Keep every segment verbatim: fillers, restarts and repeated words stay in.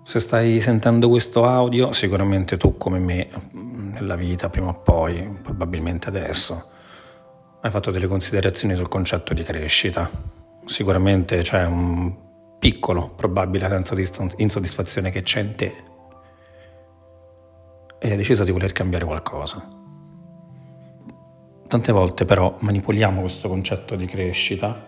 Se stai sentendo questo audio, sicuramente tu come me, nella vita, prima o poi, probabilmente adesso, hai fatto delle considerazioni sul concetto di crescita. Sicuramente c'è un piccolo, probabile senso di insoddisfazione che c'è in te e hai deciso di voler cambiare qualcosa. Tante volte però manipoliamo questo concetto di crescita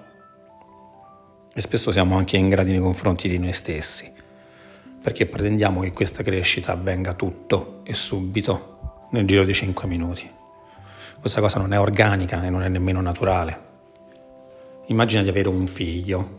e spesso siamo anche ingrati nei confronti di noi stessi, perché pretendiamo che questa crescita avvenga tutto e subito, nel giro di cinque minuti. Questa cosa non è organica e non è nemmeno naturale. Immagina di avere un figlio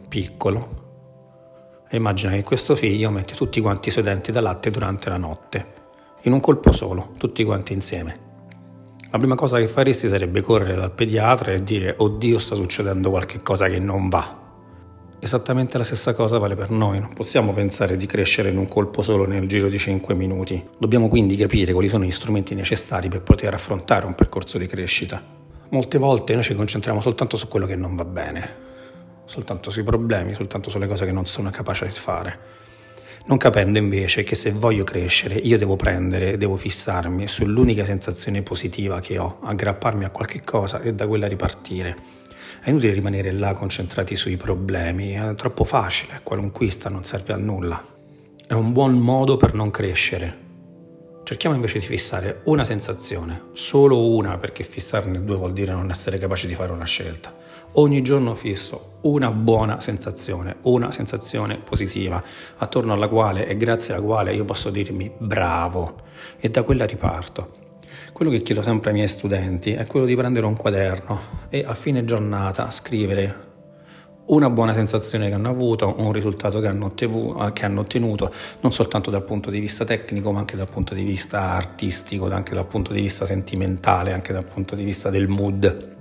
piccolo e immagina che questo figlio mette tutti quanti i suoi denti da latte durante la notte, in un colpo solo, tutti quanti insieme. La prima cosa che faresti sarebbe correre dal pediatra e dire: oddio, sta succedendo qualche cosa che non va. Esattamente la stessa cosa vale per noi, non possiamo pensare di crescere in un colpo solo nel giro di cinque minuti. Dobbiamo quindi capire quali sono gli strumenti necessari per poter affrontare un percorso di crescita. Molte volte noi ci concentriamo soltanto su quello che non va bene, soltanto sui problemi, soltanto sulle cose che non sono capace di fare, non capendo invece che se voglio crescere io devo prendere, devo fissarmi sull'unica sensazione positiva che ho, aggrapparmi a qualche cosa e da quella ripartire. È inutile rimanere là concentrati sui problemi, è troppo facile, qualunquista, non serve a nulla. È un buon modo per non crescere. Cerchiamo invece di fissare una sensazione, solo una, perché fissarne due vuol dire non essere capaci di fare una scelta. Ogni giorno fisso una buona sensazione, una sensazione positiva, attorno alla quale e grazie alla quale io posso dirmi bravo e da quella riparto. Quello che chiedo sempre ai miei studenti è quello di prendere un quaderno e a fine giornata scrivere una buona sensazione che hanno avuto, un risultato che hanno, ottenuto, che hanno ottenuto, non soltanto dal punto di vista tecnico, ma anche dal punto di vista artistico, anche dal punto di vista sentimentale, anche dal punto di vista del mood.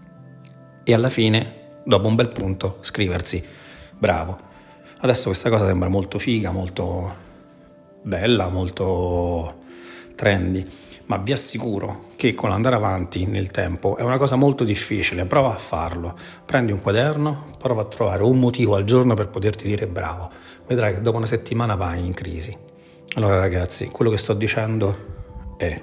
E alla fine, dopo un bel punto, scriversi bravo. Adesso questa cosa sembra molto figa, molto bella, molto trendy, ma vi assicuro che con l'andare avanti nel tempo è una cosa molto difficile. Prova a farlo, prendi un quaderno, prova a trovare un motivo al giorno per poterti dire bravo, vedrai che dopo una settimana vai in crisi. Allora ragazzi, quello che sto dicendo è: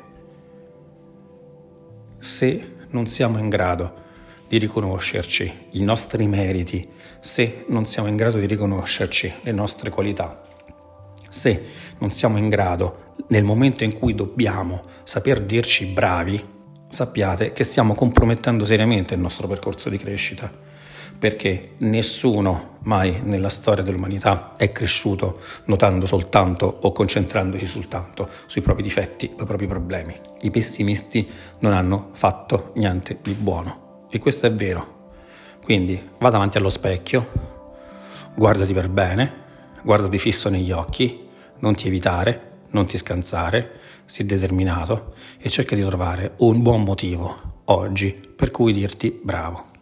se non siamo in grado di riconoscerci i nostri meriti, se non siamo in grado di riconoscerci le nostre qualità, se non siamo in grado nel momento in cui dobbiamo saper dirci bravi, sappiate che stiamo compromettendo seriamente il nostro percorso di crescita, perché nessuno mai nella storia dell'umanità è cresciuto notando soltanto o concentrandosi soltanto sui propri difetti o i propri problemi. I pessimisti non hanno fatto niente di buono e questo è vero. Quindi va davanti allo specchio, guardati per bene, guardati fisso negli occhi, non ti evitare, non ti scansare, sii determinato e cerca di trovare un buon motivo oggi per cui dirti bravo.